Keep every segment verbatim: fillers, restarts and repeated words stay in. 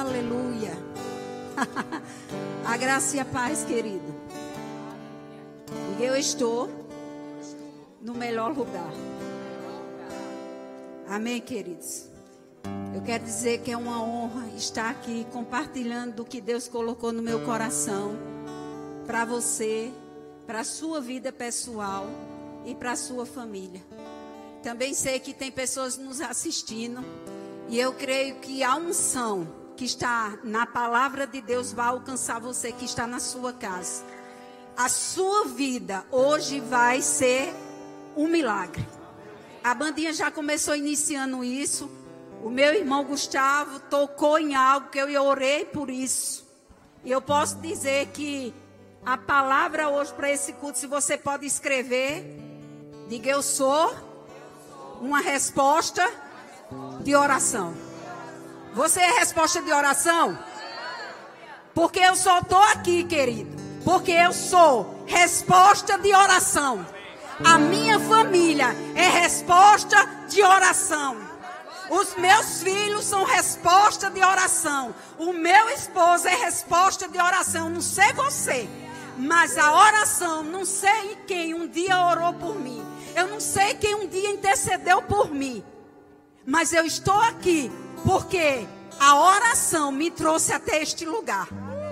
Aleluia. A graça e a paz, querido. Eu estou no melhor lugar. Amém, queridos? Eu quero dizer que é uma honra estar aqui compartilhando o que Deus colocou no meu coração para você, para a sua vida pessoal e para a sua família. Também sei que tem pessoas nos assistindo e eu creio que a unção que está na palavra de Deus vai alcançar você que está na sua casa. A sua vida hoje vai ser um milagre. A bandinha já começou iniciando isso. O meu irmão Gustavo tocou em algo que eu orei por isso. E eu posso dizer que a palavra hoje para esse culto, se você pode escrever, diga: eu sou uma resposta de oração. Você é resposta de oração? Porque eu só estou aqui, querido. Porque eu sou resposta de oração. A minha família é resposta de oração. Os meus filhos são resposta de oração. O meu esposo é resposta de oração. Não sei você, mas a oração, não sei quem um dia orou por mim. Eu não sei quem um dia intercedeu por mim. Mas eu estou aqui porque a oração me trouxe até este lugar.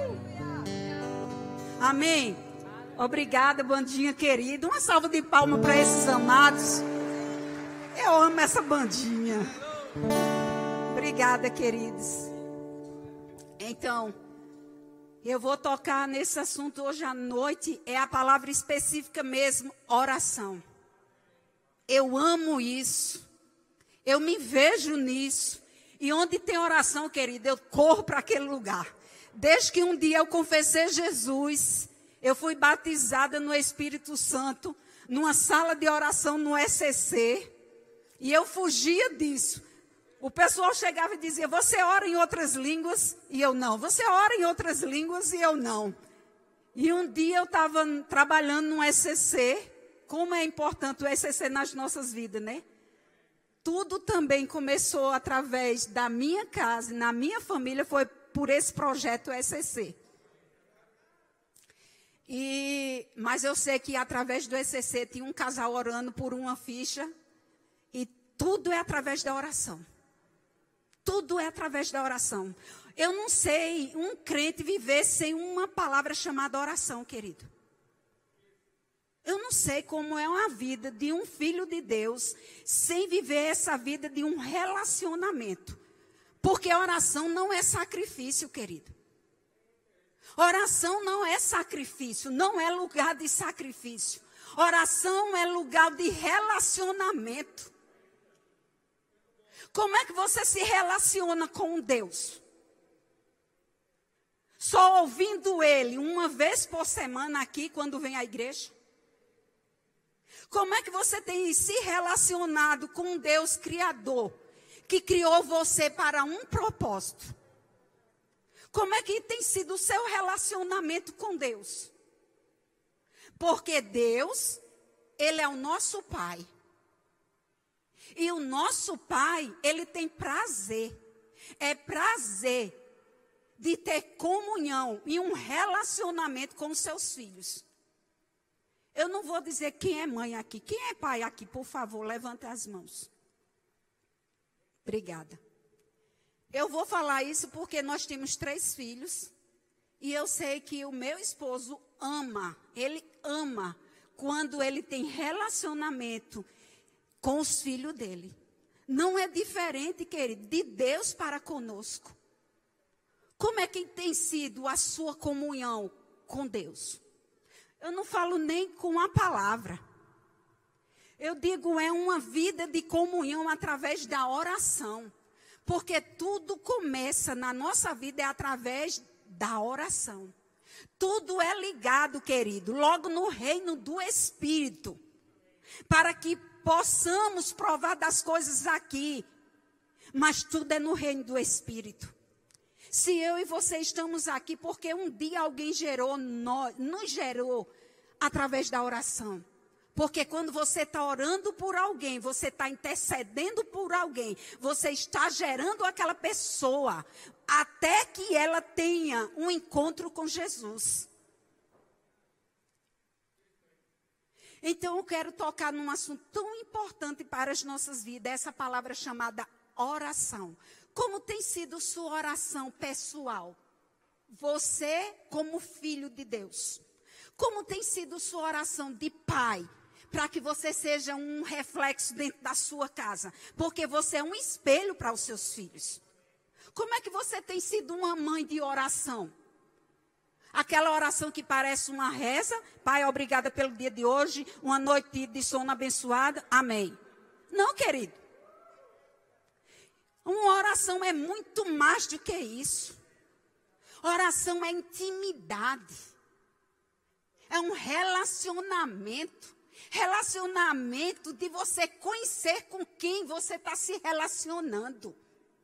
Amém. Obrigada, bandinha querida. Uma salva de palmas para esses amados. Eu amo essa bandinha. Obrigada, queridos. Então, eu vou tocar nesse assunto hoje à noite. É a palavra específica mesmo, oração. Eu amo isso. Eu me vejo nisso. E onde tem oração, querido, eu corro para aquele lugar. Desde que um dia eu confessei Jesus, eu fui batizada no Espírito Santo, numa sala de oração no E C C. E eu fugia disso. O pessoal chegava e dizia: você ora em outras línguas? E eu não. Você ora em outras línguas? E eu não. E um dia eu estava trabalhando no E C C. Como é importante o E C C nas nossas vidas, né? Tudo também começou através da minha casa, na minha família, foi por esse projeto E C C. E, mas eu sei que através do E C C tinha um casal orando por uma ficha. E tudo é através da oração. Tudo é através da oração. Eu não sei um crente viver sem uma palavra chamada oração, querido. Eu não sei como é uma vida de um filho de Deus sem viver essa vida de um relacionamento. Porque a oração não é sacrifício, querido. Oração não é sacrifício, não é lugar de sacrifício. Oração é lugar de relacionamento. Como é que você se relaciona com Deus? Só ouvindo Ele uma vez por semana aqui quando vem à igreja? Como é que você tem se relacionado com Deus Criador, que criou você para um propósito? Como é que tem sido o seu relacionamento com Deus? Porque Deus, Ele é o nosso Pai. E o nosso Pai, Ele tem prazer. É prazer de ter comunhão e um relacionamento com os seus filhos. Eu não vou dizer quem é mãe aqui. Quem é pai aqui, por favor, levante as mãos. Obrigada. Eu vou falar isso porque nós temos três filhos. E eu sei que o meu esposo ama, ele ama quando ele tem relacionamento com os filhos dele. Não é diferente, querido, de Deus para conosco. Como é que tem sido a sua comunhão com Deus? Eu não falo nem com a palavra. Eu digo, é uma vida de comunhão através da oração. Porque tudo começa na nossa vida é através da oração. Tudo é ligado, querido, logo no reino do Espírito. Para que possamos provar das coisas aqui. Mas tudo é no reino do Espírito. Se eu e você estamos aqui, porque um dia alguém gerou, nós, nos gerou através da oração. Porque quando você está orando por alguém, você está intercedendo por alguém, você está gerando aquela pessoa. até que ela tenha um encontro com Jesus. Então eu quero tocar num assunto tão importante para as nossas vidas, essa palavra chamada oração. Como tem sido sua oração pessoal? Você como filho de Deus. Como tem sido sua oração de pai? Para que você seja um reflexo dentro da sua casa. Porque você é um espelho para os seus filhos. Como é que você tem sido uma mãe de oração? Aquela oração que parece uma reza. Pai, obrigada pelo dia de hoje. Uma noite de sono abençoada. Amém. Não, querido. Uma oração é muito mais do que isso. Oração é intimidade. É um relacionamento. Relacionamento de você conhecer com quem você está se relacionando.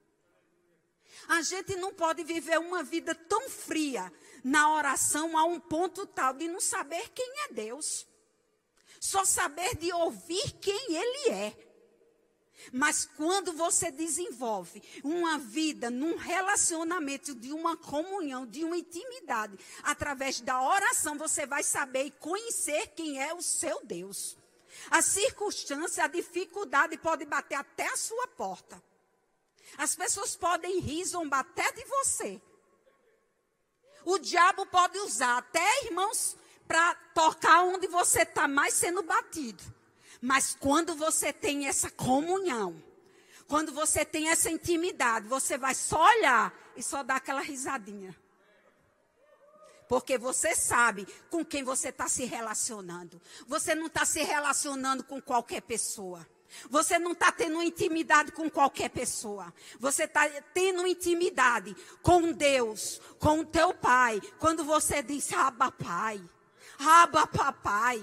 A gente não pode viver uma vida tão fria na oração a um ponto tal de não saber quem é Deus. Só saber de ouvir quem Ele é. Mas quando você desenvolve uma vida num relacionamento, de uma comunhão, de uma intimidade, através da oração, você vai saber e conhecer quem é o seu Deus. A circunstância, a dificuldade pode bater até a sua porta. As pessoas podem rir, zombar até de você. O diabo pode usar até, irmãos, para tocar onde você está mais sendo batido. Mas quando você tem essa comunhão, quando você tem essa intimidade, você vai só olhar e só dar aquela risadinha. Porque você sabe com quem você está se relacionando. Você não está se relacionando com qualquer pessoa. Você não está tendo intimidade com qualquer pessoa. Você está tendo intimidade com Deus, com o teu pai. Quando você diz, Abba, pai. Abba, papai.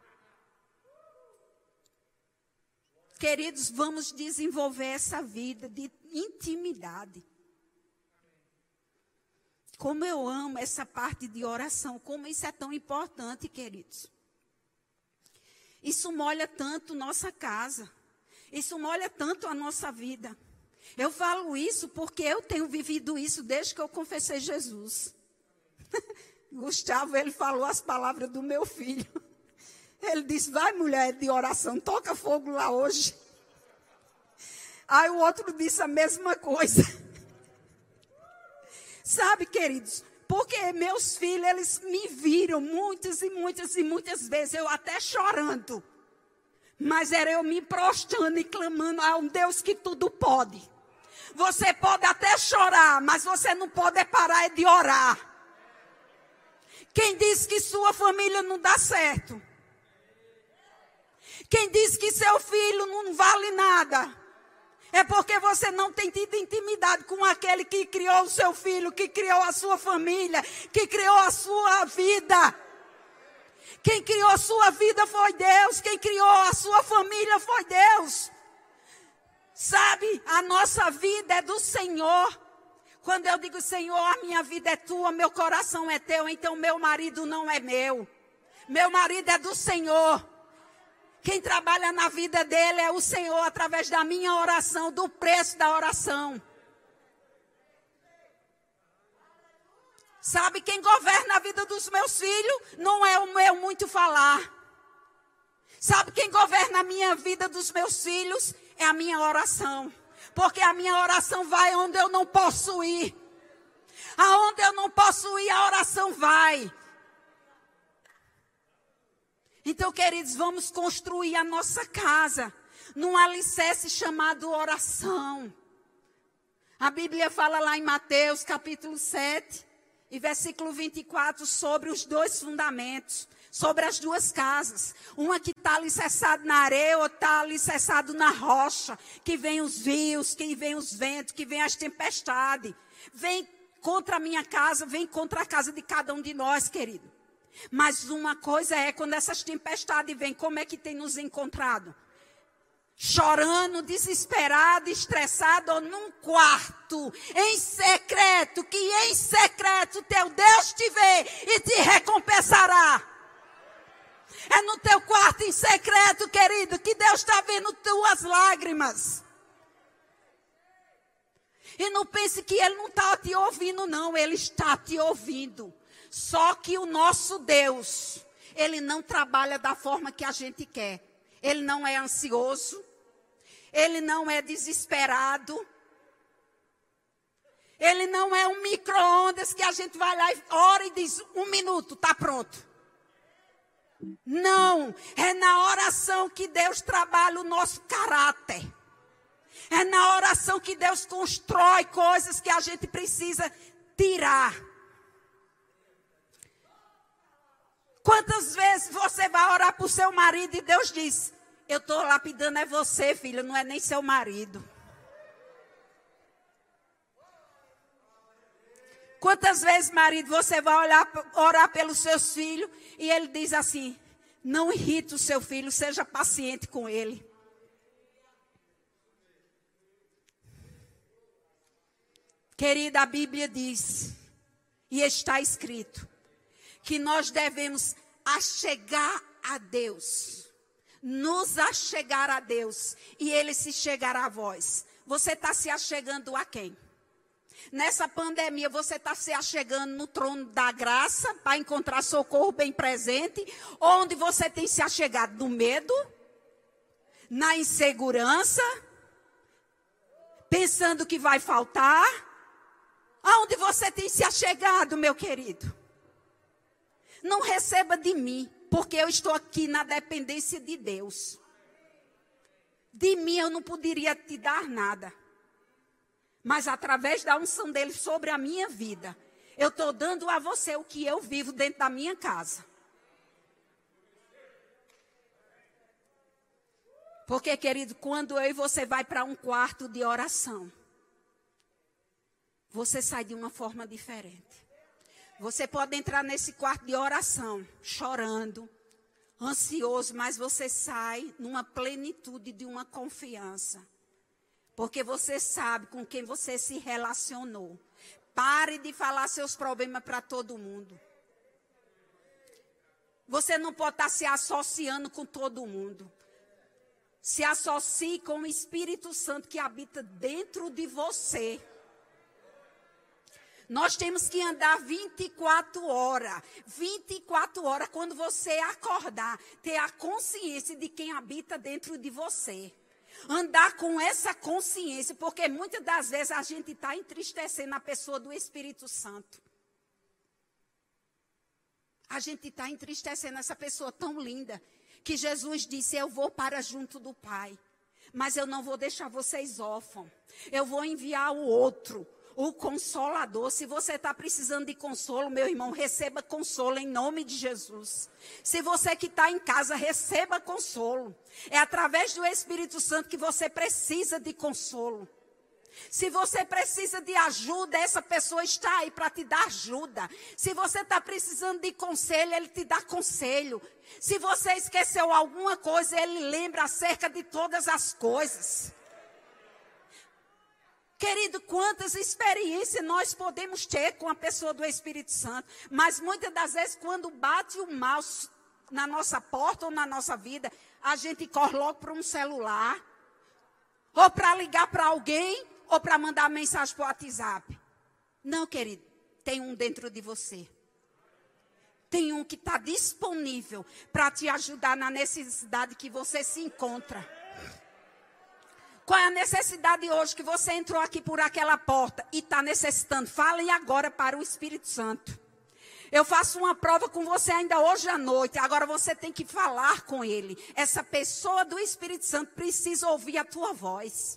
Queridos, vamos desenvolver essa vida de intimidade. Como eu amo essa parte de oração, como isso é tão importante, queridos. Isso molha tanto nossa casa. Isso molha tanto a nossa vida. Eu falo isso porque eu tenho vivido isso desde que eu confessei Jesus. Gustavo, ele falou as palavras do meu filho. Ele disse, vai mulher de oração, toca fogo lá hoje. Aí o outro disse a mesma coisa. Sabe, queridos, porque meus filhos, eles me viram muitas e muitas e muitas vezes, eu até chorando. Mas era eu me prostrando e clamando a um Deus que tudo pode. Você pode até chorar, mas você não pode parar de orar. Quem diz que sua família não dá certo? Quem diz que seu filho não vale nada? É porque você não tem tido intimidade com aquele que criou o seu filho, que criou a sua família, que criou a sua vida. Quem criou a sua vida foi Deus. Quem criou a sua família foi Deus. Sabe, a nossa vida é do Senhor. Quando eu digo, Senhor, a minha vida é tua, meu coração é teu, então meu marido não é meu. Meu marido é do Senhor. Quem trabalha na vida dele é o Senhor, através da minha oração, do preço da oração. Sabe, quem governa a vida dos meus filhos não é o meu muito falar. Sabe, quem governa a minha vida dos meus filhos é a minha oração. Porque a minha oração vai onde eu não posso ir. Aonde eu não posso ir, a oração vai. Então, queridos, vamos construir a nossa casa num alicerce chamado oração. A Bíblia fala lá em Mateus, capítulo sete, e versículo vinte e quatro, sobre os dois fundamentos, sobre as duas casas. Uma que está alicerçada na areia, outra está alicerçada na rocha, que vem os rios, que vem os ventos, que vem as tempestades. Vem contra a minha casa, vem contra a casa de cada um de nós, querido. Mas uma coisa é, quando essas tempestades vêm, como é que tem nos encontrado? Chorando, desesperado, estressado, ou num quarto, em secreto, que em secreto teu Deus te vê e te recompensará. É no teu quarto em secreto, querido, que Deus está vendo tuas lágrimas. E não pense que ele não está te ouvindo, não. Ele está te ouvindo. Só que o nosso Deus, ele não trabalha da forma que a gente quer. Ele não é ansioso. Ele não é desesperado. Ele não é um micro-ondas que a gente vai lá e ora e diz, um minuto, está pronto. Não, é na oração que Deus trabalha o nosso caráter. É na oração que Deus constrói coisas que a gente precisa tirar. Quantas vezes você vai orar para o seu marido e Deus diz, eu estou lapidando é você, filho, não é nem seu marido. Quantas vezes, marido, você vai olhar, orar pelos seus filhos e ele diz assim, não irrite o seu filho, seja paciente com ele. Querida, a Bíblia diz, e está escrito, que nós devemos achegar a Deus, nos achegar a Deus, e Ele se chegará a vós. Você está se achegando a quem? Nessa pandemia, você está se achegando no trono da graça para encontrar socorro bem presente? Onde você tem se achegado? No medo? Na insegurança? Pensando que vai faltar? Aonde você tem se achegado, meu querido? Não receba de mim, porque eu estou aqui na dependência de Deus. De mim eu não poderia te dar nada. Mas através da unção dele sobre a minha vida, eu estou dando a você o que eu vivo dentro da minha casa. Porque, querido, quando eu e você vai para um quarto de oração, você sai de uma forma diferente. Você pode entrar nesse quarto de oração, chorando, ansioso, mas você sai numa plenitude de uma confiança. Porque você sabe com quem você se relacionou. Pare de falar seus problemas para todo mundo. Você não pode estar se associando com todo mundo. Se associe com o Espírito Santo que habita dentro de você. Nós temos que andar vinte e quatro horas. vinte e quatro horas, quando você acordar, ter a consciência de quem habita dentro de você. Andar com essa consciência, porque muitas das vezes a gente está entristecendo a pessoa do Espírito Santo. A gente está entristecendo essa pessoa tão linda, que Jesus disse, eu vou para junto do Pai, mas eu não vou deixar vocês órfãos. Eu vou enviar o outro, o Consolador. Se você está precisando de consolo, meu irmão, receba consolo em nome de Jesus. Se você que está em casa, receba consolo. É através do Espírito Santo que você precisa de consolo. Se você precisa de ajuda, essa pessoa está aí para te dar ajuda. Se você está precisando de conselho, ele te dá conselho. Se você esqueceu alguma coisa, ele lembra acerca de todas as coisas. Querido, quantas experiências nós podemos ter com a pessoa do Espírito Santo. Mas muitas das vezes, quando bate o mal na nossa porta ou na nossa vida, a gente corre logo para um celular. Ou para ligar para alguém, ou para mandar mensagem para o WhatsApp. Não, querido, tem um dentro de você. Tem um que está disponível para te ajudar na necessidade que você se encontra. Qual é a necessidade hoje que você entrou aqui por aquela porta e está necessitando? Fale agora para o Espírito Santo. Eu faço uma prova com você ainda hoje à noite. Agora você tem que falar com ele. Essa pessoa do Espírito Santo precisa ouvir a tua voz.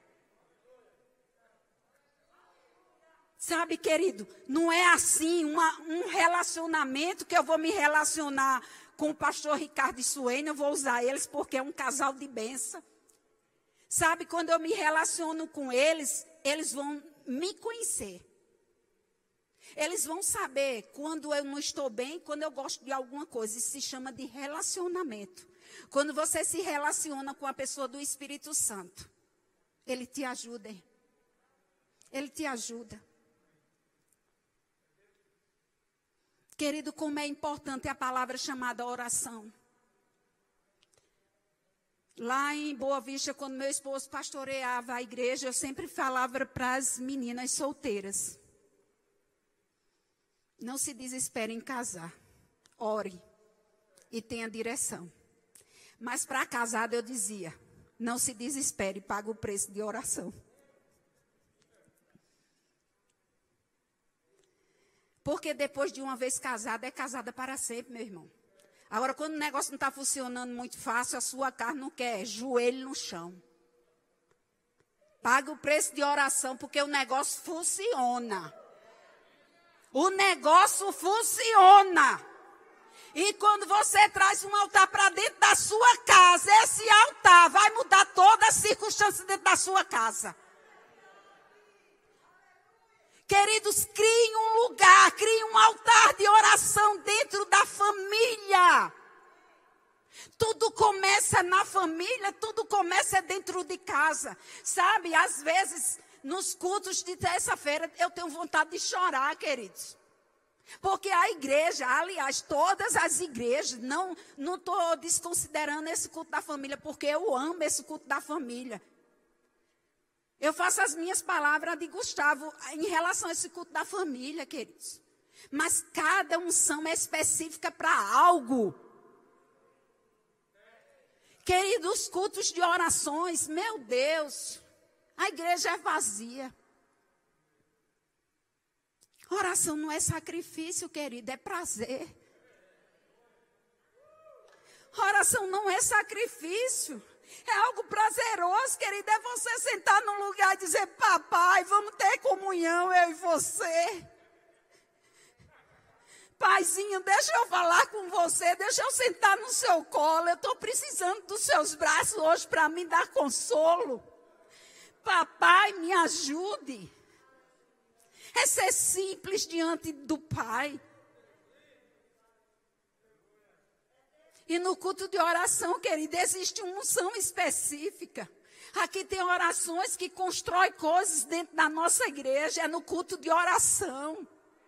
Sabe, querido, não é assim uma, um relacionamento que eu vou me relacionar com o pastor Ricardo e Suene. Eu vou usar eles porque é um casal de bênção. Sabe, quando eu me relaciono com eles, eles vão me conhecer. Eles vão saber quando eu não estou bem, quando eu gosto de alguma coisa. Isso se chama de relacionamento. Quando você se relaciona com a pessoa do Espírito Santo, ele te ajuda. Ele te ajuda. Querido, como é importante a palavra chamada oração. Lá em Boa Vista, quando meu esposo pastoreava a igreja, eu sempre falava para as meninas solteiras: não se desespere em casar. Ore e tenha direção. Mas para casado eu dizia: não se desespere, paga o preço de oração. Porque depois de uma vez casada, é casada para sempre, meu irmão. Agora, quando o negócio não está funcionando muito fácil, a sua carne não quer, joelho no chão. Paga o preço de oração, porque o negócio funciona. O negócio funciona. E quando você traz um altar para dentro da sua casa, esse altar vai mudar toda a circunstância dentro da sua casa. Queridos, criem um lugar, criem um altar de oração dentro da família. Tudo começa na família, tudo começa dentro de casa. Sabe, às vezes, nos cultos de terça-feira, eu tenho vontade de chorar, queridos. Porque a igreja, aliás, todas as igrejas, não não estou desconsiderando esse culto da família, porque eu amo esse culto da família. Eu faço as minhas palavras de Gustavo em relação a esse culto da família, queridos. Mas cada unção é específica para algo. Queridos, cultos de orações, meu Deus, a igreja é vazia. Oração não é sacrifício, querido, é prazer. Oração não é sacrifício. É algo prazeroso, querido. É você sentar num lugar e dizer: papai, vamos ter comunhão, eu e você. Paizinho, deixa eu falar com você, deixa eu sentar no seu colo. Eu estou precisando dos seus braços hoje para me dar consolo. Papai, me ajude. É ser simples diante do Pai. E no culto de oração, querido, existe uma unção específica. Aqui tem orações que constroem coisas dentro da nossa igreja. É no culto de oração.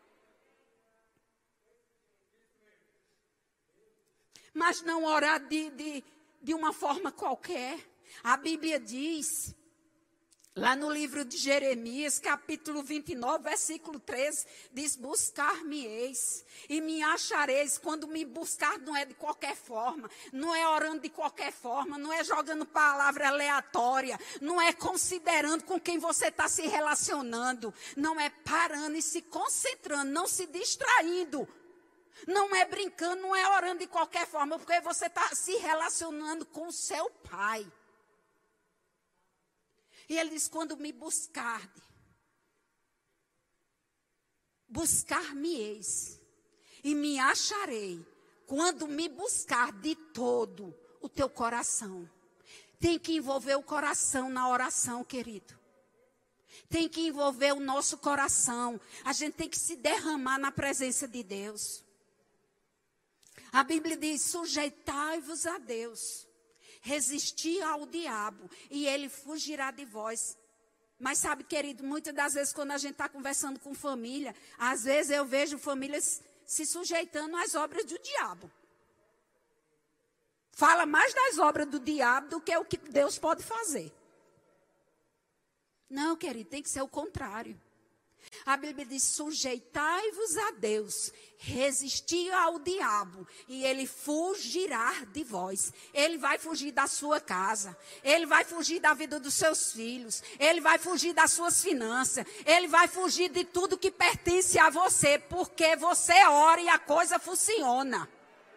Mas não orar de, de, de uma forma qualquer. A Bíblia diz, lá no livro de Jeremias, capítulo vinte e nove, versículo treze, diz: buscar-me-eis e me achareis. Quando me buscar não é de qualquer forma, não é orando de qualquer forma, não é jogando palavra aleatória, não é considerando com quem você está se relacionando, não é parando e se concentrando, não se distraindo, não é brincando, não é orando de qualquer forma, porque você está se relacionando com o seu Pai. E ele diz: quando me buscarde, buscar-me-eis e me acharei, quando me buscar de todo o teu coração. Tem que envolver o coração na oração, querido. Tem que envolver o nosso coração. A gente tem que se derramar na presença de Deus. A Bíblia diz: sujeitai-vos a Deus. Resistir ao diabo e ele fugirá de vós. Mas sabe, querido, muitas das vezes quando a gente está conversando com família, às vezes eu vejo famílias se sujeitando às obras do diabo. Fala mais das obras do diabo do que o que Deus pode fazer. Não, querido, tem que ser o contrário. A Bíblia diz: sujeitai-vos a Deus, resistir ao diabo e ele fugirá de vós. Ele vai fugir da sua casa, ele vai fugir da vida dos seus filhos, ele vai fugir das suas finanças, ele vai fugir de tudo que pertence a você, porque você ora e a coisa funciona.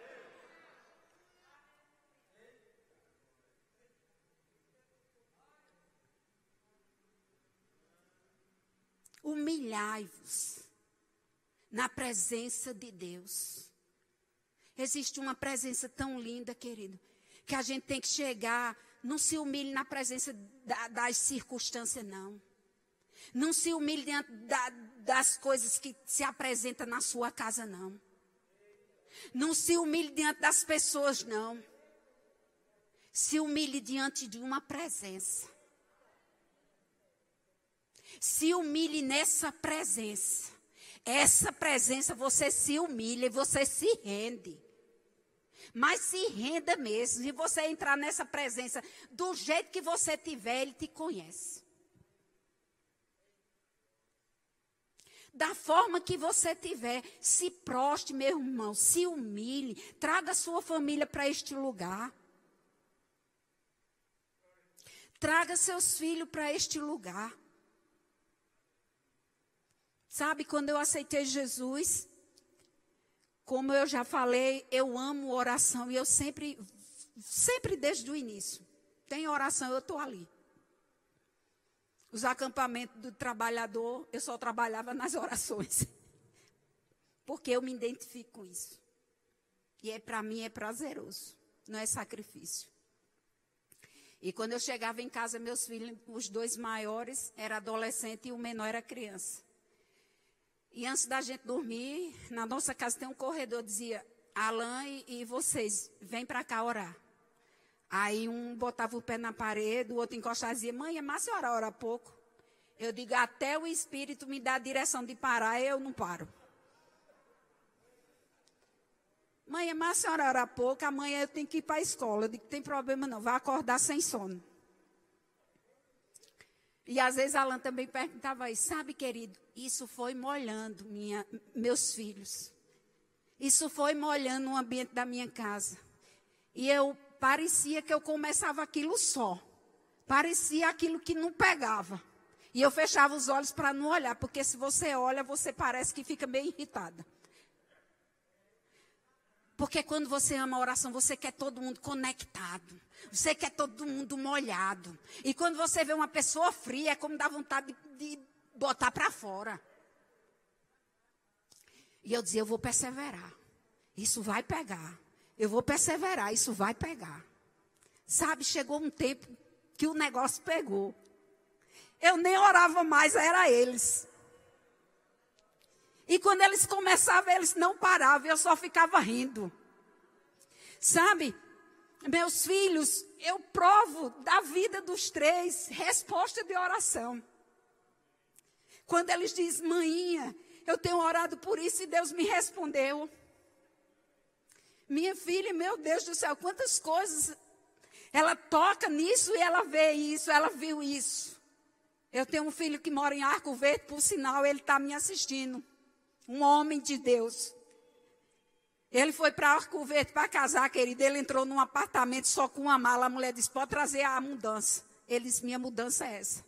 Humilhai-vos na presença de Deus. Existe uma presença tão linda, querido, que a gente tem que chegar. Não se humilhe na presença da, das circunstâncias, não. Não se humilhe diante da, das coisas que se apresentam na sua casa, não. Não se humilhe diante das pessoas, não. Se humilhe diante de uma presença. Se humilhe nessa presença. Essa presença você se humilha e você se rende. Mas se renda mesmo. Se você entrar nessa presença, do jeito que você tiver, Ele te conhece. Da forma que você tiver, se proste, meu irmão, se humilhe, traga a sua família para este lugar. Traga seus filhos para este lugar. Sabe, quando eu aceitei Jesus, como eu já falei, eu amo oração e eu sempre, sempre desde o início, tem oração, eu estou ali. Os acampamentos do trabalhador, eu só trabalhava nas orações. Porque eu me identifico com isso. E é, para mim é prazeroso, não é sacrifício. E quando eu chegava em casa, meus filhos, os dois maiores, eram adolescente e o menor era criança. E antes da gente dormir, na nossa casa tem um corredor, dizia, Alan e, e vocês, vem para cá orar. Aí um botava o pé na parede, o outro encostava e dizia, mãe, mas a senhora ora pouco. Eu digo, até o Espírito me dá a direção de parar, eu não paro. Mãe, mas a senhora ora pouco, amanhã eu tenho que ir para a escola. Eu digo, tem problema não, vai acordar sem sono. E às vezes Alan também perguntava isso, sabe, querido, isso foi molhando minha, meus filhos. Isso foi molhando o ambiente da minha casa. E eu... parecia que eu começava aquilo só. Parecia aquilo que não pegava. E eu fechava os olhos para não olhar, porque se você olha, você parece que fica meio irritada. Porque quando você ama a oração, você quer todo mundo conectado. Você quer todo mundo molhado. E quando você vê uma pessoa fria, é como dá vontade de, de botar para fora. E eu dizia, eu vou perseverar. Isso vai pegar. Eu vou perseverar, isso vai pegar. Sabe, chegou um tempo que o negócio pegou. Eu nem orava mais, era eles. E quando eles começavam, eles não paravam, eu só ficava rindo. Sabe, meus filhos, eu provo da vida dos três, resposta de oração. Quando eles dizem, mãinha, eu tenho orado por isso e Deus me respondeu. Minha filha, meu Deus do céu, quantas coisas. Ela toca nisso e ela vê isso, ela viu isso. Eu tenho um filho que mora em Arco Verde, por sinal, ele está me assistindo. Um homem de Deus. Ele foi para Arco Verde para casar, querido. Ele entrou num apartamento só com uma mala. A mulher disse, pode trazer a mudança. Ele disse, minha mudança é essa.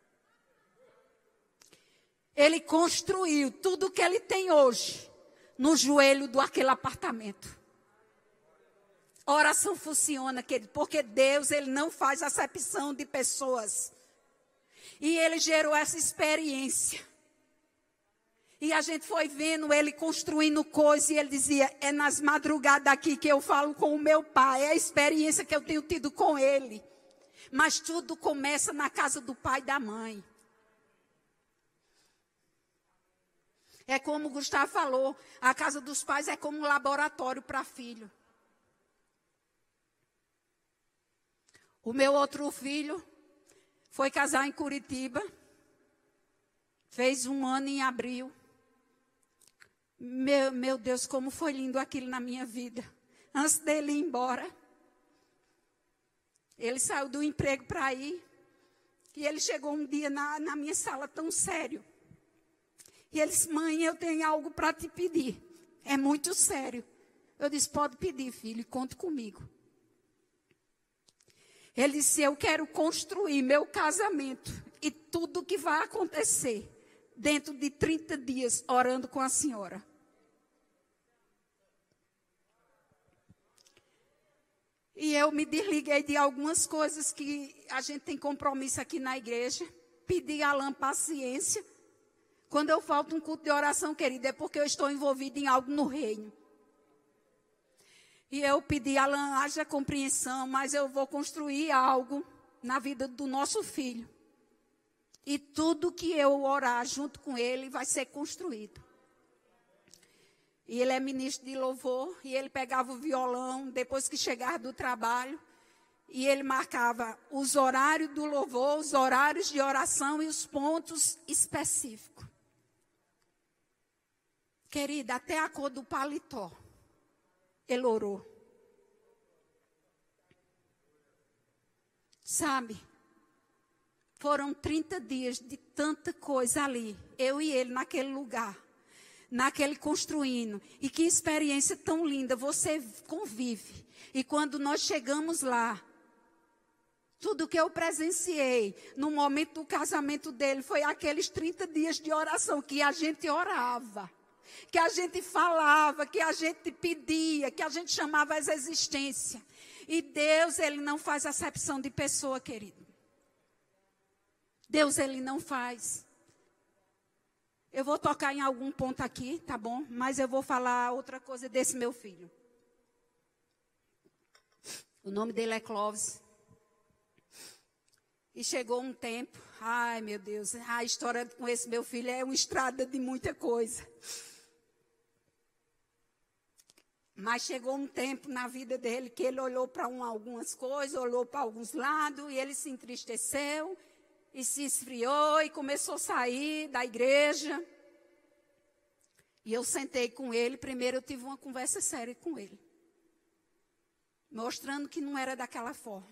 Ele construiu tudo o que ele tem hoje no joelho do aquele apartamento. A oração funciona, querido, porque Deus, Ele não faz acepção de pessoas. E Ele gerou essa experiência. E a gente foi vendo Ele construindo coisas, e Ele dizia, é nas madrugadas aqui que eu falo com o meu pai, é a experiência que eu tenho tido com Ele. Mas tudo começa na casa do pai e da mãe. É como o Gustavo falou, a casa dos pais é como um laboratório para filho. O meu outro filho foi casar em Curitiba. Fez um ano em abril. Meu, meu Deus, como foi lindo aquilo na minha vida. Antes dele ir embora, ele saiu do emprego para ir. E ele chegou um dia na, na minha sala tão sério. E ele disse, mãe, eu tenho algo para te pedir. É muito sério. Eu disse, pode pedir, filho, conte comigo. Ele disse, eu quero construir meu casamento e tudo que vai acontecer dentro de trinta dias orando com a senhora. E eu me desliguei de algumas coisas que a gente tem compromisso aqui na igreja. Pedi a Alan paciência. Quando eu falto um culto de oração, querida, é porque eu estou envolvida em algo no reino. E eu pedi a Alan, haja compreensão, mas eu vou construir algo na vida do nosso filho. E tudo que eu orar junto com ele vai ser construído. E ele é ministro de louvor, e ele pegava o violão depois que chegava do trabalho, e ele marcava os horários do louvor, os horários de oração e os pontos específicos. Querida, até a cor do paletó, ele orou. Sabe? Foram trinta dias de tanta coisa ali. Eu e ele naquele lugar. Naquele construindo. E que experiência tão linda. Você convive. E quando nós chegamos lá, tudo que eu presenciei no momento do casamento dele foi aqueles trinta dias de oração que a gente orava, que a gente falava, que a gente pedia, que a gente chamava as existências. E Deus, ele não faz acepção de pessoa, querido. Deus, ele não faz. Eu vou tocar em algum ponto aqui, tá bom? Mas eu vou falar outra coisa desse meu filho. O nome dele é Clóvis. E chegou um tempo, ai meu Deus, a história com esse meu filho é uma estrada de muita coisa. Mas chegou um tempo na vida dele que ele olhou para um, algumas coisas, olhou para alguns lados, e ele se entristeceu, e se esfriou, e começou a sair da igreja. E eu sentei com ele, primeiro eu tive uma conversa séria com ele. Mostrando que não era daquela forma.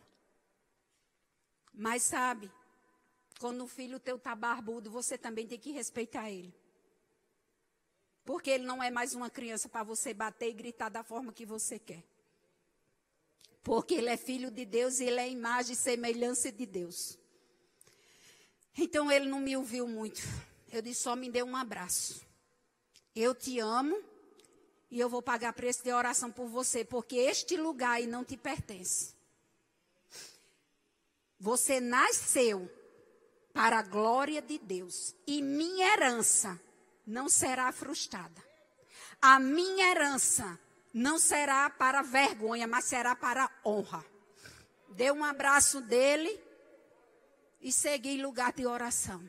Mas sabe, quando o filho teu está barbudo, você também tem que respeitar ele. Porque ele não é mais uma criança para você bater e gritar da forma que você quer. Porque ele é filho de Deus e ele é imagem e semelhança de Deus. Então ele não me ouviu muito. Eu disse, só me dê um abraço. Eu te amo e eu vou pagar preço de oração por você, porque este lugar aí não te pertence. Você nasceu para a glória de Deus. E minha herança não será frustrada. A minha herança não será para vergonha, mas será para honra. Dei um abraço dele e segui em lugar de oração.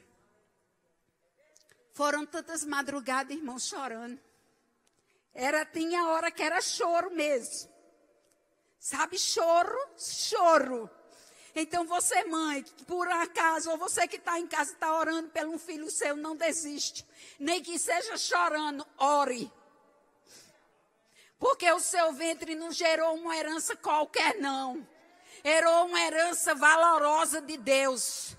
Foram tantas madrugadas, irmãos, chorando. Era, tinha hora que era choro mesmo. Sabe, choro, choro. Então você, mãe, por acaso, ou você que está em casa, está orando pelo um filho seu, não desiste. Nem que seja chorando, ore. Porque o seu ventre não gerou uma herança qualquer, não. Gerou uma herança valorosa de Deus.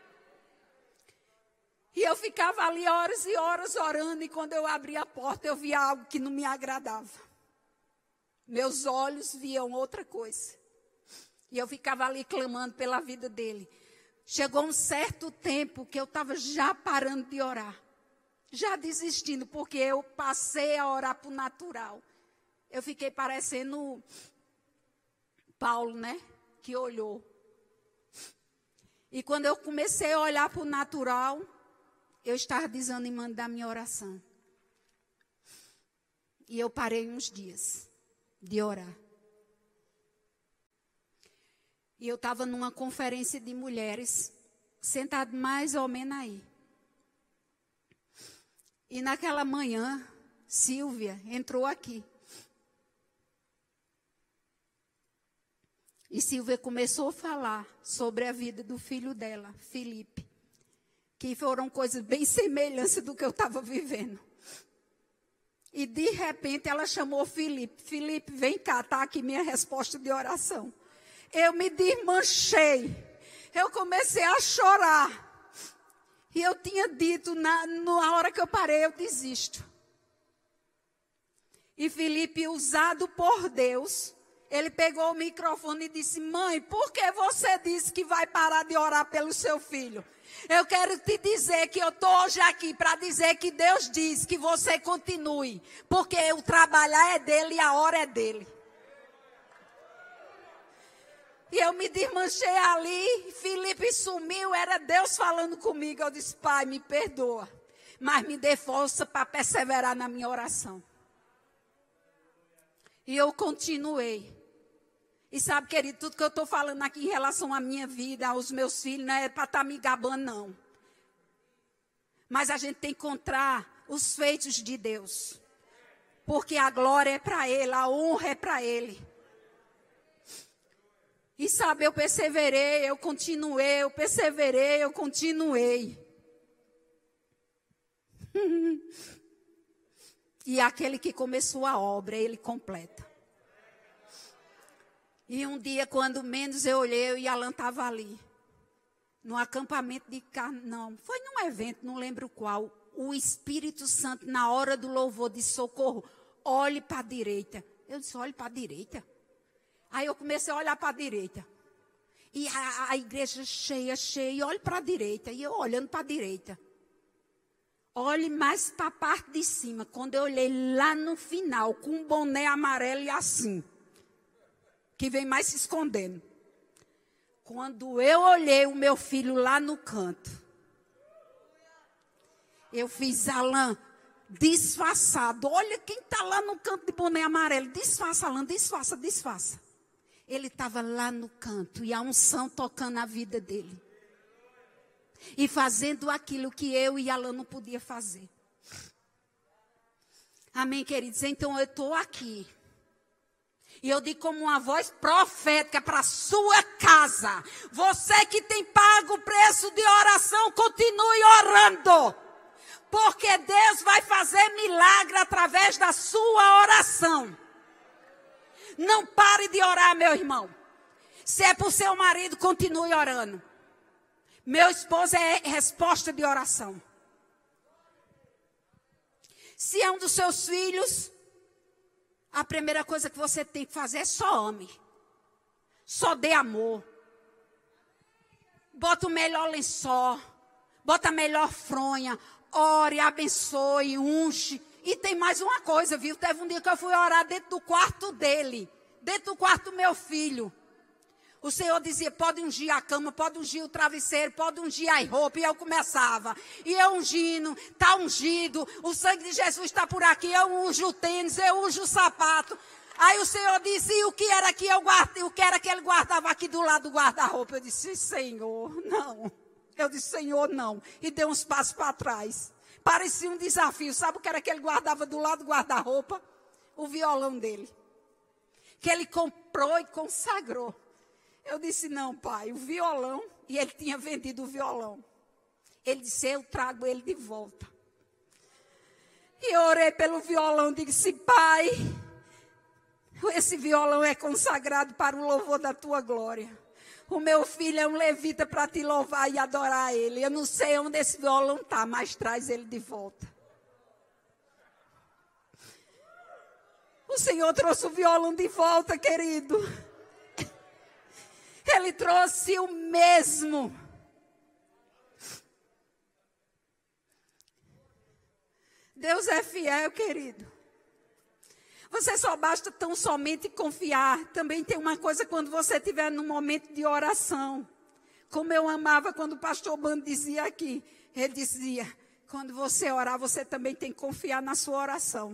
E eu ficava ali horas e horas orando, e quando eu abri a porta, eu via algo que não me agradava. Meus olhos viam outra coisa. E eu ficava ali clamando pela vida dele. Chegou um certo tempo que eu estava já parando de orar. Já desistindo, porque eu passei a orar para o natural. Eu fiquei parecendo Paulo, né? Que olhou. E quando eu comecei a olhar para o natural, eu estava desanimando da minha oração. E eu parei uns dias de orar. E eu estava numa conferência de mulheres, sentado mais ou menos aí. E naquela manhã, Silvia entrou aqui. E Silvia começou a falar sobre a vida do filho dela, Felipe. Que foram coisas bem semelhantes do que eu estava vivendo. E de repente ela chamou Felipe. Felipe, vem cá, está aqui minha resposta de oração. Eu me desmanchei. Eu comecei a chorar. E eu tinha dito, na, na hora que eu parei, eu desisto. E Felipe, usado por Deus, ele pegou o microfone e disse, mãe, por que você disse que vai parar de orar pelo seu filho? Eu quero te dizer que eu estou hoje aqui para dizer que Deus diz que você continue. Porque o trabalhar é dele e a hora é dele. E eu me desmanchei ali, Felipe sumiu, era Deus falando comigo. Eu disse, pai, me perdoa, mas me dê força para perseverar na minha oração. E eu continuei. E sabe, querido, tudo que eu estou falando aqui em relação à minha vida, aos meus filhos, não é para estar me gabando, não. Mas a gente tem que encontrar os feitos de Deus. Porque a glória é para Ele, a honra é para Ele. E sabe, eu perseverei, eu continuei, eu perseverei, eu continuei. E aquele que começou a obra, ele completa. E um dia, quando menos eu olhei, eu e Alan estava ali. No acampamento de carne, não. Foi num evento, não lembro qual. O Espírito Santo, na hora do louvor, disse: Socorro, olhe para a direita. Eu disse: olhe para a direita. Aí eu comecei a olhar para a direita. E a, a igreja cheia, cheia. E olhe para a direita. E eu olhando para a direita. Olhe mais para a parte de cima. Quando eu olhei lá no final, com um boné amarelo e assim. Que vem mais se escondendo. Quando eu olhei o meu filho lá no canto. Eu fiz: Alan, disfarçado. Olha quem está lá no canto de boné amarelo. Disfarça, Alan, disfarça, disfarça. Ele estava lá no canto e a unção tocando a vida dele. E fazendo aquilo que eu e Alan não podia fazer. Amém, queridos? Então eu estou aqui. E eu digo como uma voz profética para a sua casa. Você que tem pago o preço de oração, continue orando. Porque Deus vai fazer milagre através da sua oração. Não pare de orar, meu irmão. Se é por seu marido, continue orando. Meu esposo é resposta de oração. Se é um dos seus filhos, a primeira coisa que você tem que fazer é só ame. Só dê amor. Bota o melhor lençol. Bota a melhor fronha. Ore, abençoe, unge. E tem mais uma coisa, viu? Teve um dia que eu fui orar dentro do quarto dele. Dentro do quarto do meu filho. O Senhor dizia: pode ungir a cama, pode ungir o travesseiro, pode ungir as roupas. E eu começava. E eu ungindo, está ungido. O sangue de Jesus está por aqui. Eu unjo o tênis, eu unjo o sapato. Aí o Senhor disse: e o que era que eu guardei? O que era que ele guardava aqui do lado do guarda-roupa? Eu disse: Senhor, não. Eu disse: Senhor, não. E dei uns passos para trás. Parecia um desafio. Sabe o que era que ele guardava do lado do guarda-roupa? O violão dele. Que ele comprou e consagrou. Eu disse: não, pai, o violão. E ele tinha vendido o violão. Ele disse: eu trago ele de volta. E eu orei pelo violão. Disse: pai, esse violão é consagrado para o louvor da tua glória. O meu filho é um levita para te louvar e adorar ele. Eu não sei onde esse violão está, mas traz ele de volta. O Senhor trouxe o violão de volta, querido. Ele trouxe o mesmo. Deus é fiel, querido. Você só basta tão somente confiar. Também tem uma coisa quando você estiver num momento de oração. Como eu amava quando o pastor Bando dizia aqui. Ele dizia: quando você orar, você também tem que confiar na sua oração.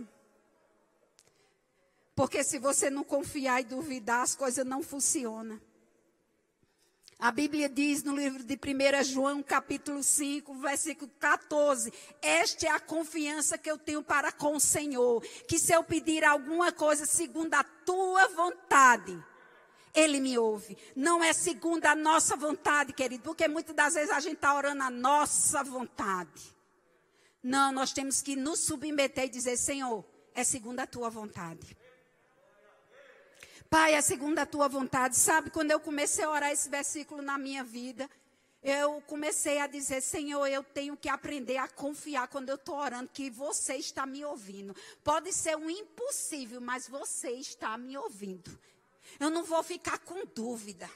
Porque se você não confiar e duvidar, as coisas não funcionam. A Bíblia diz no livro de primeira João, capítulo cinco, versículo quatorze. Esta é a confiança que eu tenho para com o Senhor. Que se eu pedir alguma coisa segundo a tua vontade, Ele me ouve. Não é segundo a nossa vontade, querido. Porque muitas das vezes a gente está orando a nossa vontade. Não, nós temos que nos submeter e dizer: Senhor, é segundo a tua vontade. Pai, é segundo a tua vontade. Sabe, quando eu comecei a orar esse versículo na minha vida, eu comecei a dizer: Senhor, eu tenho que aprender a confiar quando eu estou orando, que você está me ouvindo. Pode ser um impossível, mas você está me ouvindo. Eu não vou ficar com dúvida.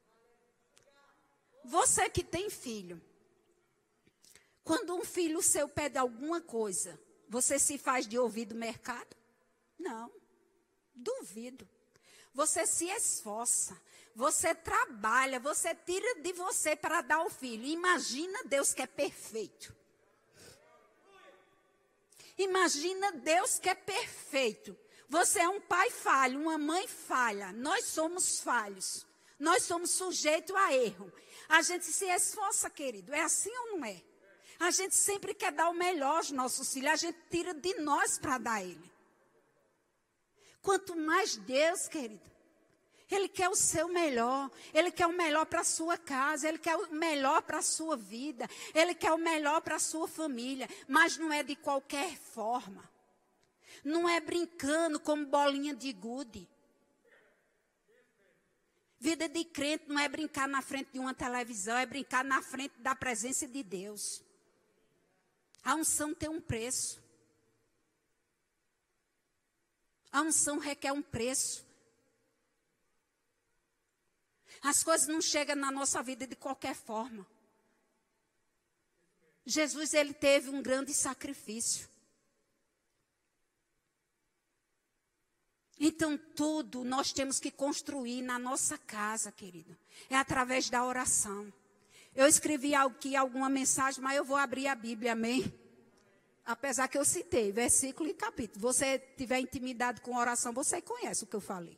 Você que tem filho, quando um filho seu pede alguma coisa, você se faz de ouvido do mercado? Não, duvido. Você se esforça, você trabalha, você tira de você para dar ao filho. Imagina Deus que é perfeito. Imagina Deus que é perfeito. Você é um pai falho, uma mãe falha. Nós somos falhos. Nós somos sujeitos a erro. A gente se esforça, querido. É assim ou não é? A gente sempre quer dar o melhor aos nossos filhos. A gente tira de nós para dar a ele. Quanto mais Deus, querido, Ele quer o seu melhor. Ele quer o melhor para a sua casa. Ele quer o melhor para a sua vida. Ele quer o melhor para a sua família. Mas não é de qualquer forma. Não é brincando como bolinha de gude. Vida de crente não é brincar na frente de uma televisão, é brincar na frente da presença de Deus. A unção tem um preço. A unção requer um preço. As coisas não chegam na nossa vida de qualquer forma. Jesus, ele teve um grande sacrifício. Então, tudo nós temos que construir na nossa casa, querido. É através da oração. Eu escrevi aqui alguma mensagem, mas eu vou abrir a Bíblia, amém? Apesar que eu citei versículo e capítulo. Você tiver intimidade com oração, você conhece o que eu falei.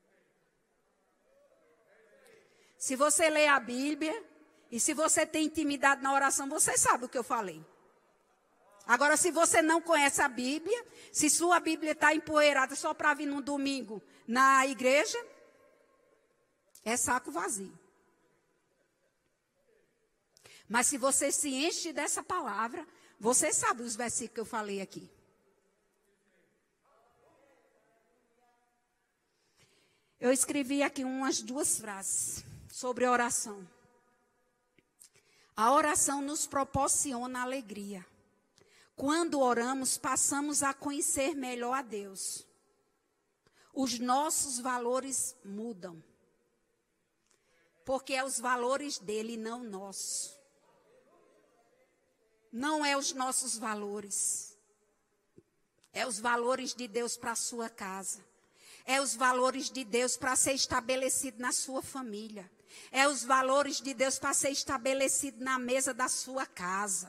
Se você lê a Bíblia, e se você tem intimidade na oração, você sabe o que eu falei. Agora, se você não conhece a Bíblia, se sua Bíblia está empoeirada só para vir no domingo na igreja, é saco vazio. Mas se você se enche dessa palavra, você sabe os versículos que eu falei aqui. Eu escrevi aqui umas duas frases sobre oração. A oração nos proporciona alegria. Quando oramos, passamos a conhecer melhor a Deus. Os nossos valores mudam. Porque é os valores dele, não nossos. Não é os nossos valores. É os valores de Deus para a sua casa. É os valores de Deus para ser estabelecido na sua família. É os valores de Deus para ser estabelecido na mesa da sua casa.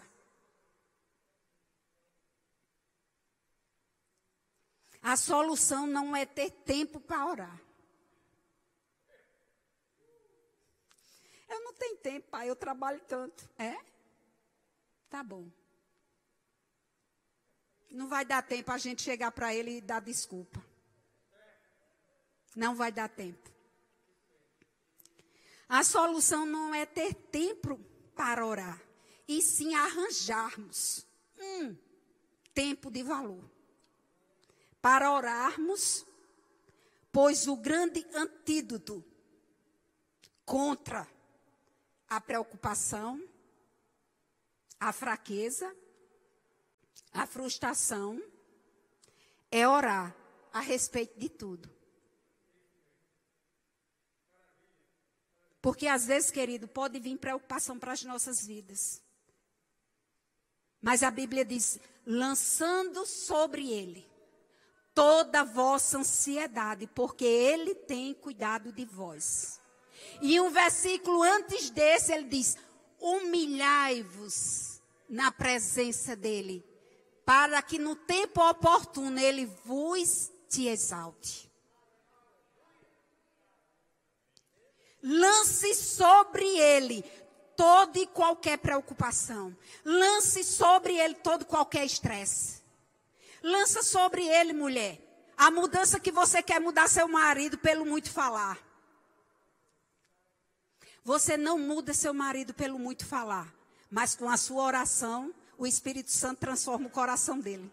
A solução não é ter tempo para orar. Eu não tenho tempo, pai, eu trabalho tanto. É? Tá bom. Não vai dar tempo a gente chegar para ele e dar desculpa. Não vai dar tempo. A solução não é ter tempo para orar, e sim arranjarmos um tempo de valor para orarmos, pois o grande antídoto contra a preocupação, a fraqueza, a frustração, é orar a respeito de tudo. Porque às vezes, querido, pode vir preocupação para as nossas vidas. Mas a Bíblia diz, lançando sobre ele toda a vossa ansiedade, porque ele tem cuidado de vós. E um versículo antes desse, ele diz, humilhai-vos na presença dele, para que no tempo oportuno ele vos te exalte. Lance sobre ele toda e qualquer preocupação. Lance sobre ele todo e qualquer estresse. Lança sobre ele, mulher, a mudança que você quer mudar seu marido pelo muito falar. Você não muda seu marido pelo muito falar, mas com a sua oração, o Espírito Santo transforma o coração dele.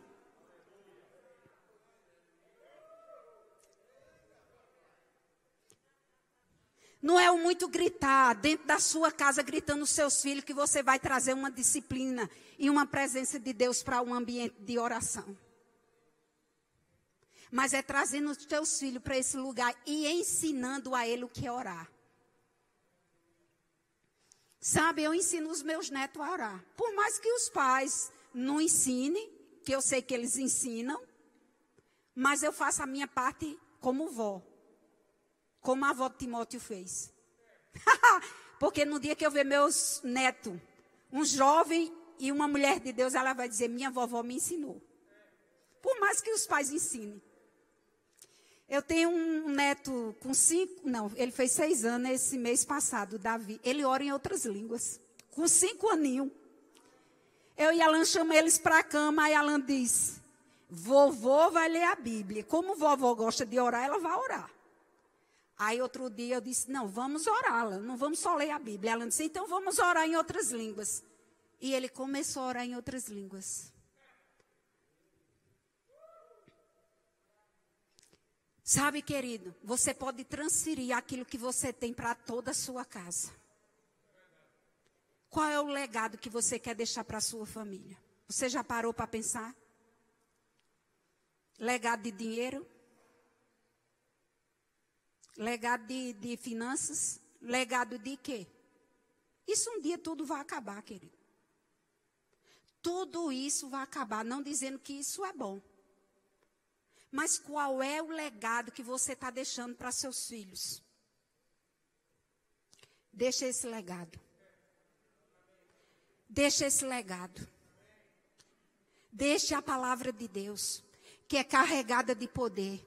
Não é o muito gritar dentro da sua casa, gritando os seus filhos, que você vai trazer uma disciplina e uma presença de Deus para um ambiente de oração. Mas é trazendo os teus filhos para esse lugar e ensinando a ele o que é orar. Sabe, eu ensino os meus netos a orar. Por mais que os pais não ensinem, que eu sei que eles ensinam, mas eu faço a minha parte como vó. Como a avó de Timóteo fez. Porque no dia que eu ver meus netos, um jovem e uma mulher de Deus, ela vai dizer, minha vovó me ensinou. Por mais que os pais ensinem. Eu tenho um neto com cinco, não, ele fez seis anos esse mês passado, Davi. Ele ora em outras línguas, com cinco aninhos. Eu e Alan chamamos eles para a cama, aí Alan diz, vovô vai ler a Bíblia. Como vovó gosta de orar, ela vai orar. Aí outro dia eu disse, não, vamos orar, Alan, não vamos só ler a Bíblia. Alan disse, então vamos orar em outras línguas. E ele começou a orar em outras línguas. Sabe, querido, você pode transferir aquilo que você tem para toda a sua casa. Qual é o legado que você quer deixar para a sua família? Você já parou para pensar? Legado de dinheiro? Legado de, de finanças? Legado de quê? Isso um dia tudo vai acabar, querido. Tudo isso vai acabar, não dizendo que isso é bom. Mas qual é o legado que você está deixando para seus filhos? Deixa esse legado. Deixa esse legado. Deixe a palavra de Deus, que é carregada de poder.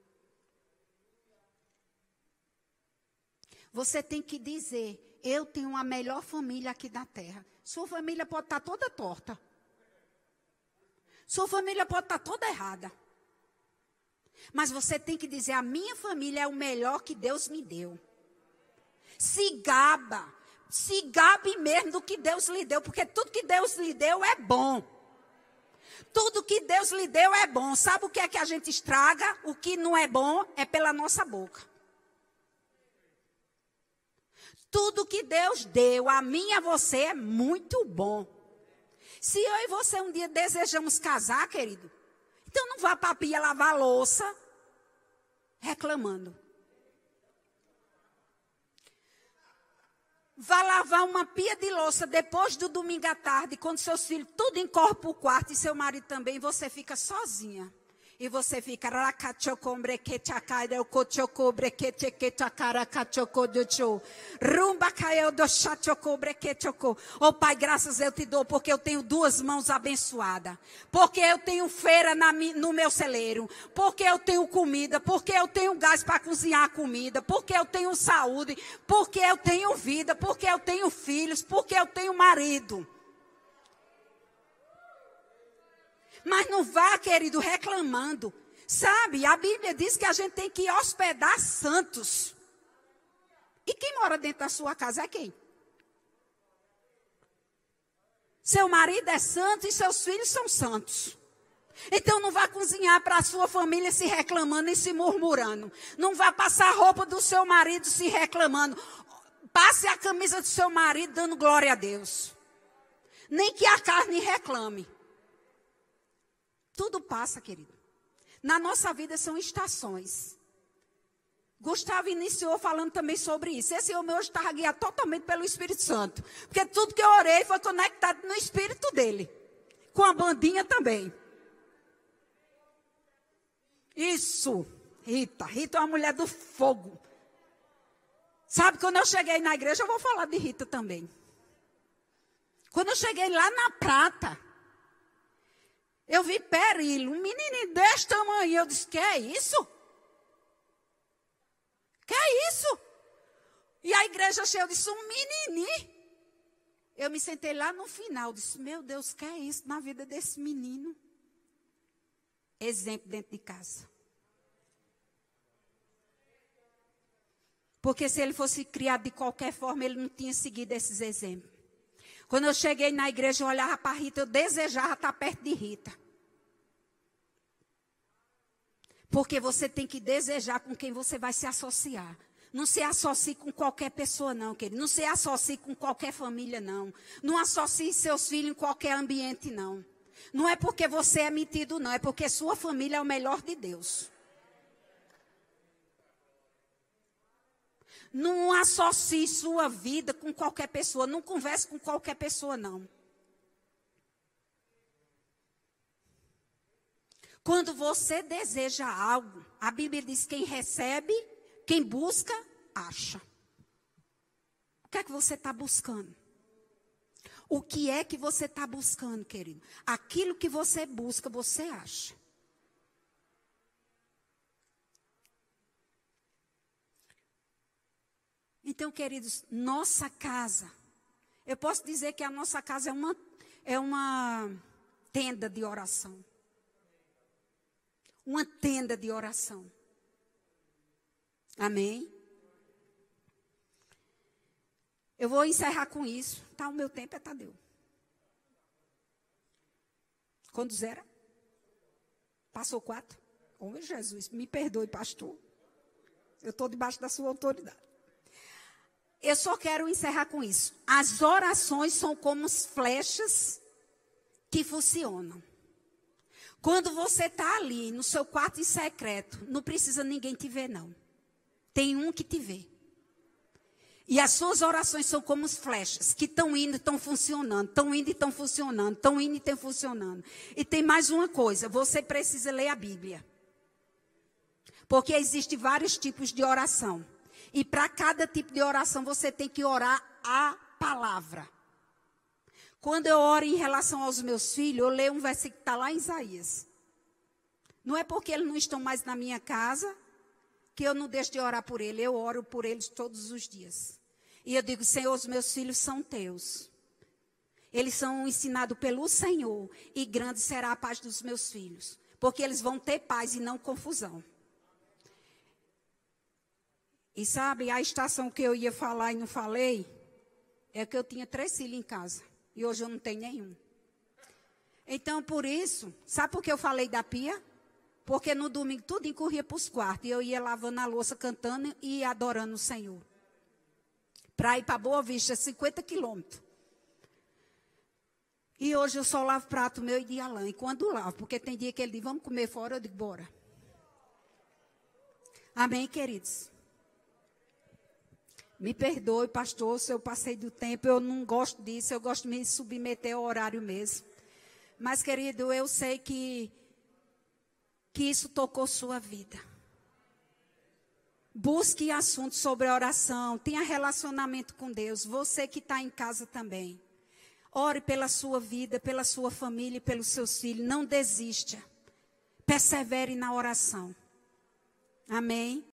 Você tem que dizer, eu tenho a melhor família aqui da terra. Sua família pode estar toda torta. Sua família pode estar toda errada. Mas você tem que dizer, a minha família é o melhor que Deus me deu. Se gaba, se gabe mesmo do que Deus lhe deu, porque tudo que Deus lhe deu é bom. Tudo que Deus lhe deu é bom. Sabe o que é que a gente estraga? O que não é bom é pela nossa boca. Tudo que Deus deu a mim e a você é muito bom. Se eu e você um dia desejamos casar, querido, então não vá para a pia lavar a louça reclamando. Vá lavar uma pia de louça depois do domingo à tarde, quando seus filhos tudo encorre para o quarto e seu marido também, e você fica sozinha. E você fica... Oh, Pai, graças eu te dou, porque eu tenho duas mãos abençoadas. Porque eu tenho feira na, no meu celeiro. Porque eu tenho comida. Porque eu tenho gás para cozinhar a comida. Porque eu tenho saúde. Porque eu tenho vida. Porque eu tenho filhos. Porque eu tenho marido. Mas não vá, querido, reclamando. Sabe, a Bíblia diz que a gente tem que hospedar santos. E quem mora dentro da sua casa é quem? Seu marido é santo e seus filhos são santos. Então não vá cozinhar para a sua família se reclamando e se murmurando. Não vá passar a roupa do seu marido se reclamando. Passe a camisa do seu marido dando glória a Deus. Nem que a carne reclame. Tudo passa, querido. Na nossa vida são estações. Gustavo iniciou falando também sobre isso. Esse homem hoje estava guiado totalmente pelo Espírito Santo. Porque tudo que eu orei foi conectado no Espírito dele. Com a bandinha também. Isso. Rita. Rita é uma mulher do fogo. Sabe, quando eu cheguei na igreja, eu vou falar de Rita também. Quando eu cheguei lá na Prata... Eu vi Perilo, um menino deste tamanho. Eu disse, que é isso? Que é isso? E a igreja cheia, eu disse, um menininho. Eu me sentei lá no final, disse, meu Deus, que é isso na vida desse menino? Exemplo dentro de casa. Porque se ele fosse criado de qualquer forma, ele não tinha seguido esses exemplos. Quando eu cheguei na igreja, eu olhava para Rita, eu desejava estar perto de Rita. Porque você tem que desejar com quem você vai se associar. Não se associe com qualquer pessoa, não, querido. Não se associe com qualquer família, não. Não associe seus filhos em qualquer ambiente, não. Não é porque você é metido, não. É porque sua família é o melhor de Deus. Não associe sua vida com qualquer pessoa. Não converse com qualquer pessoa, não. Quando você deseja algo, a Bíblia diz que quem recebe, quem busca, acha. O que é que você está buscando? O que é que você está buscando, querido? Aquilo que você busca, você acha. Então, queridos, nossa casa, eu posso dizer que a nossa casa é uma, é uma tenda de oração. Uma tenda de oração. Amém? Eu vou encerrar com isso. Tá, o meu tempo é Tadeu. Quantos era? Passou quatro? Oh, meu Jesus, me perdoe, pastor. Eu estou debaixo da sua autoridade. Eu só quero encerrar com isso. As orações são como flechas que funcionam. Quando você está ali no seu quarto em secreto, não precisa ninguém te ver, não. Tem um que te vê. E as suas orações são como as flechas, que estão indo e estão funcionando, estão indo e estão funcionando, estão indo e estão funcionando. E tem mais uma coisa, você precisa ler a Bíblia. Porque existem vários tipos de oração. E para cada tipo de oração, você tem que orar a palavra. Quando eu oro em relação aos meus filhos, eu leio um versículo que está lá em Isaías. Não é porque eles não estão mais na minha casa, que eu não deixo de orar por eles. Eu oro por eles todos os dias. E eu digo, Senhor, os meus filhos são teus. Eles são ensinados pelo Senhor. E grande será a paz dos meus filhos. Porque eles vão ter paz e não confusão. E sabe, a estação que eu ia falar e não falei, é que eu tinha três filhos em casa. E hoje eu não tenho nenhum. Então, por isso, sabe por que eu falei da pia? Porque no domingo tudo corria para os quartos. E eu ia lavando a louça, cantando e adorando o Senhor. Para ir para Boa Vista, cinquenta quilômetros. E hoje eu só lavo prato meu e de Alain. E quando lavo, porque tem dia que ele diz, vamos comer fora, eu digo, bora. Amém, queridos? Me perdoe, pastor, se eu passei do tempo, eu não gosto disso, eu gosto de me submeter ao horário mesmo. Mas, querido, eu sei que, que isso tocou sua vida. Busque assuntos sobre oração, tenha relacionamento com Deus, você que está em casa também. Ore pela sua vida, pela sua família e pelos seus filhos, não desista. Persevere na oração. Amém?